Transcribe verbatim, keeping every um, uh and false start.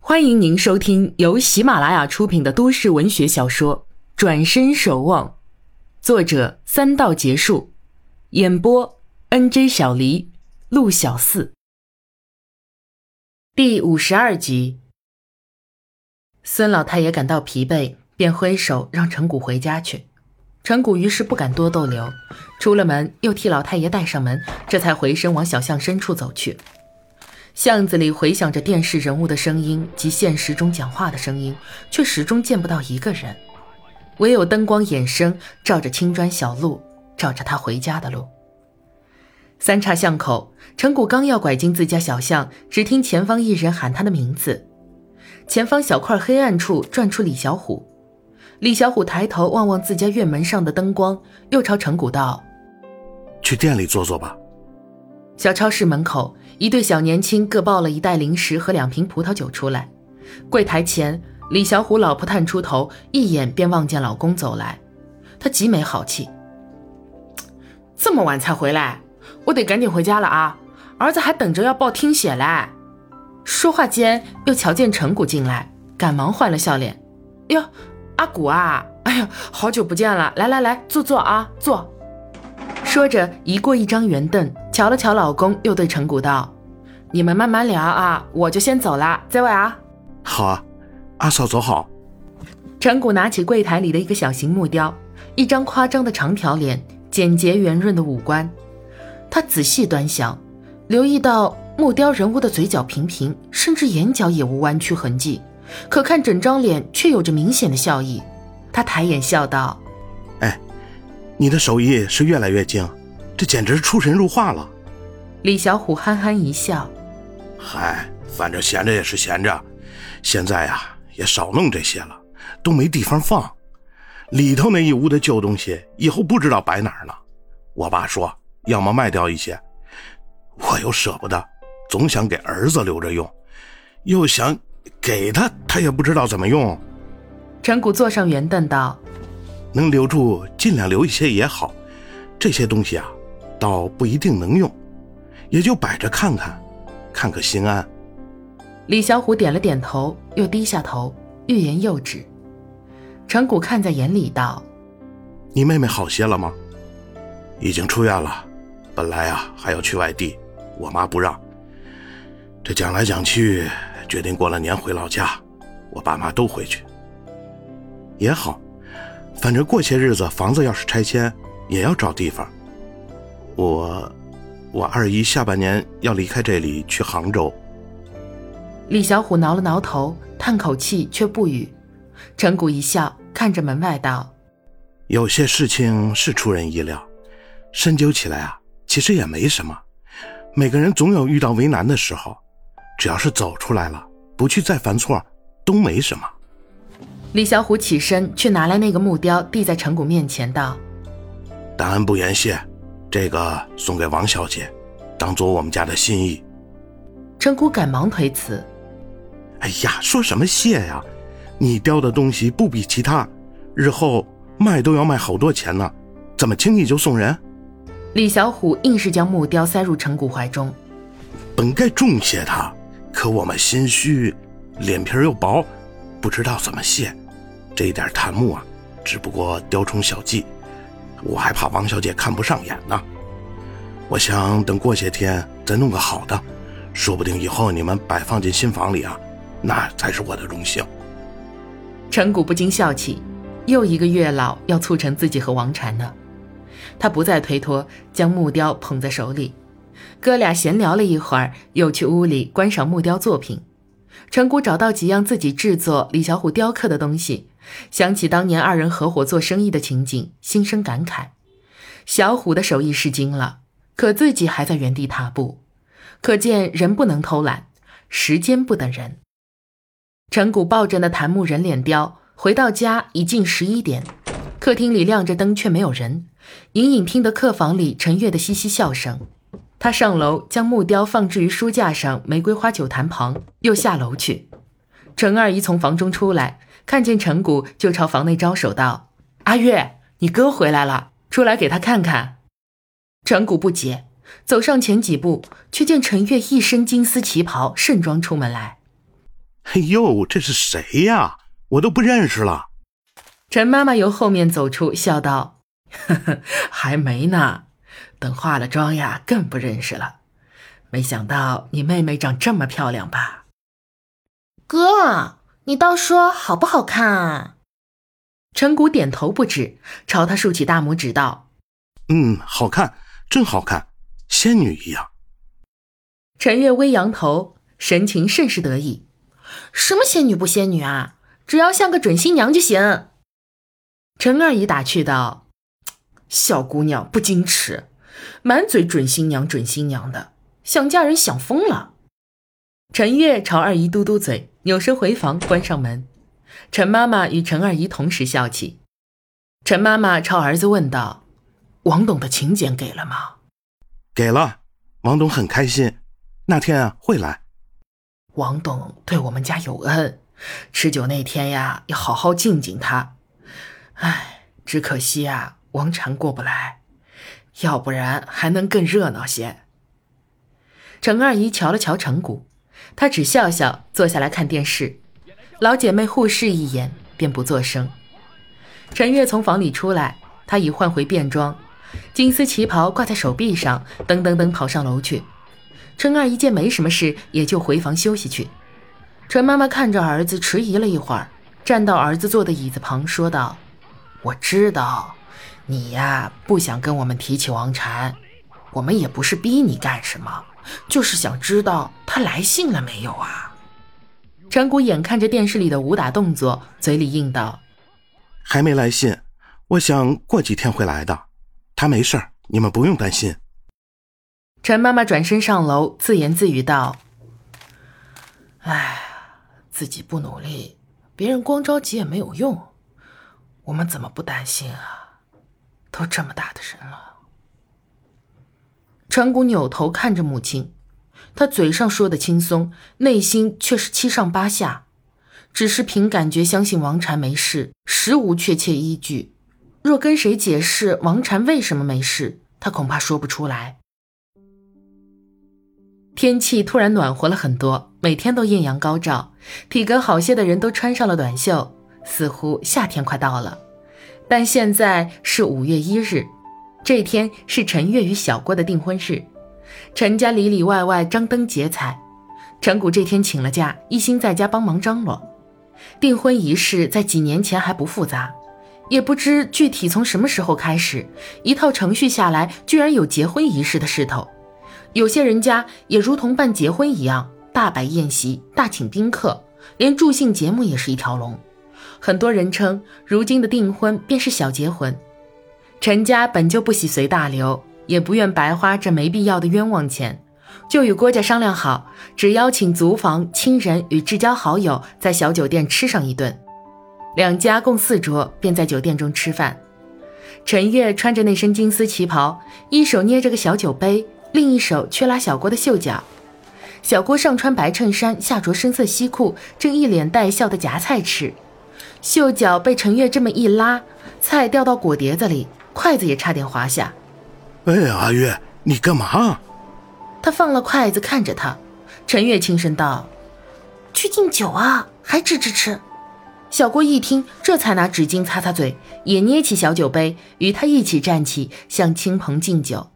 欢迎您收听由喜马拉雅出品的都市文学小说《转身守望》，作者三道结束，演播 N J 小黎、陆小四。第五十二集。孙老太爷感到疲惫，便挥手让陈谷回家去。陈谷于是不敢多逗留，出了门又替老太爷带上门，这才回身往小巷深处走去。巷子里回响着电视人物的声音及现实中讲话的声音，却始终见不到一个人，唯有灯光衍生，照着青砖小路，照着他回家的路。三岔巷口，陈谷刚要拐进自家小巷，只听前方一人喊他的名字。前方小块黑暗处转出李小虎。李小虎抬头望望自家院门上的灯光，又朝陈谷道： 去店里坐坐吧。 小超市门口，一对小年轻各抱了一袋零食和两瓶葡萄酒出来。柜台前，李小虎老婆探出头，一眼便望见老公走来。她极没好气：这么晚才回来，我得赶紧回家了啊，儿子还等着要报听写嘞。说话间又瞧见陈谷进来，赶忙换了笑脸：哟，阿谷啊，哎呀，好久不见了，来来来，坐坐啊，坐。说着移过一张圆凳，瞧了瞧老公，又对陈谷道：你们慢慢聊啊，我就先走了，再会啊。 好啊，阿嫂走好。 陈谷拿起柜台里的一个小型木雕，一张夸张的长条脸，简洁圆润的五官。他仔细端详，留意到木雕人物的嘴角平平，甚至眼角也无弯曲痕迹，可看整张脸却有着明显的笑意。他抬眼笑道： 哎，你的手艺是越来越精，这简直出神入化了。 李小虎憨憨一笑： 嗨，反正闲着也是闲着，现在啊也少弄这些了，都没地方放。里头那一屋的旧东西以后不知道摆哪儿呢。我爸说要么卖掉一些，我又舍不得，总想给儿子留着用，又想给他，他也不知道怎么用。 陈谷坐上圆凳道： 能留住尽量留一些也好，这些东西啊倒不一定能用，也就摆着看看，看个心安。 李小虎点了点头，又低下头，欲言又止。陈谷看在眼里道： 你妹妹好些了吗？已经出院了，本来啊还要去外地，我妈不让，这讲来讲去决定过了年回老家，我爸妈都回去。也好，反正过些日子房子要是拆迁也要找地方。我我二姨下半年要离开这里去杭州。 李小虎挠了挠头，叹口气却不语。陈谷一笑，看着门外道： 有些事情是出人意料，深究起来啊其实也没什么，每个人总有遇到为难的时候，只要是走出来了，不去再犯错，都没什么。 李小虎起身去拿来那个木雕，递在陈谷面前道： 大恩不言谢，这个送给王小姐，当做我们家的心意。 陈谷赶忙推辞： 哎呀，说什么谢呀，你雕的东西不比其他，日后卖都要卖好多钱呢，怎么轻易就送人？ 李小虎硬是将木雕塞入陈谷怀中。 本该重谢他，可我们心虚，脸皮又薄，不知道怎么谢。这一点檀木啊，只不过雕虫小技，我还怕王小姐看不上眼呢。我想等过些天再弄个好的，说不定以后你们摆放进新房里啊，那才是我的荣幸。 陈谷不禁笑起，又一个月老要促成自己和王禅呢。他不再推脱，将木雕捧在手里。哥俩闲聊了一会儿，又去屋里观赏木雕作品。陈谷找到几样自己制作李小虎雕刻的东西，想起当年二人合伙做生意的情景，心生感慨。小虎的手艺是精了，可自己还在原地踏步，可见人不能偷懒，时间不等人。陈谷抱着那檀木人脸雕回到家已近十一点，客厅里亮着灯却没有人，隐隐听得客房里陈月的嘻嘻笑声。他上楼将木雕放置于书架上玫瑰花酒坛旁，又下楼去。陈二姨从房中出来，看见陈谷就朝房内招手道：阿月，你哥回来了，出来给他看看。陈谷不解，走上前几步，却见陈月一身金丝旗袍盛装出门来。 哎呦，这是谁呀？我都不认识了。 陈妈妈由后面走出，笑道：呵呵，还没呢，等化了妆呀更不认识了。没想到你妹妹长这么漂亮吧？ 哥，你倒说好不好看？ 陈谷点头不止，朝他竖起大拇指道： 嗯，好看，真好看，仙女一样。 陈月微扬头，神情甚是得意。 什么仙女不仙女啊，只要像个准新娘就行。 陈二姨打趣道：小姑娘不矜持，满嘴准新娘准新娘的，想嫁人想疯了。陈月朝二姨嘟嘟嘴，扭身回房关上门。陈妈妈与陈二姨同时笑起。陈妈妈朝儿子问道：王董的请柬给了吗？ 给了，王董很开心，那天啊会来。 王董对我们家有恩，吃酒那天呀要好好敬敬他。唉，只可惜啊王禅过不来，要不然还能更热闹些。陈二姨瞧了瞧陈谷，她只笑笑坐下来看电视。老姐妹互视一眼便不作声。陈月从房里出来，她已换回便装，金丝旗袍挂在手臂上，噔噔噔跑上楼去。陈二姨见没什么事，也就回房休息去。陈妈妈看着儿子迟疑了一会儿，站到儿子坐的椅子旁说道：我知道你呀不想跟我们提起王禅，我们也不是逼你干什么，就是想知道他来信了没有啊。陈谷眼看着电视里的武打动作，嘴里应道： 还没来信，我想过几天会来的，他没事儿，你们不用担心。 陈妈妈转身上楼，自言自语道：哎，自己不努力，别人光着急也没有用，我们怎么不担心啊？都这么大的人了。陈谷扭头看着母亲，他嘴上说的轻松，内心却是七上八下，只是凭感觉相信王禅没事，实无确切依据。若跟谁解释王禅为什么没事，他恐怕说不出来。天气突然暖和了很多，每天都艳阳高照，体格好些的人都穿上了短袖，似乎夏天快到了。但现在是五月一日，这天是陈月与小郭的订婚日，陈家里里外外张灯结彩。陈谷这天请了假，一心在家帮忙张罗。订婚仪式在几年前还不复杂，也不知具体从什么时候开始，一套程序下来居然有结婚仪式的势头。有些人家也如同办结婚一样，大摆宴席，大请宾客，连助兴节目也是一条龙。很多人称如今的订婚便是小结婚。陈家本就不喜随大流，也不愿白花这没必要的冤枉钱，就与郭家商量好，只邀请族房、亲人与至交好友在小酒店吃上一顿。两家共四桌，便在酒店中吃饭。陈月穿着那身金丝旗袍，一手捏着个小酒杯，另一手却拉小郭的袖角。小郭上穿白衬衫，下着深色西裤，正一脸带笑的夹菜吃。袖角被陈月这么一拉，菜掉到果碟子里，筷子也差点滑下。 哎呀，阿月，你干嘛？ 他放了筷子看着他。陈月轻声道： 去敬酒啊，还吃吃吃。 小郭一听，这才拿纸巾擦擦嘴，也捏起小酒杯，与他一起站起，向亲朋敬酒。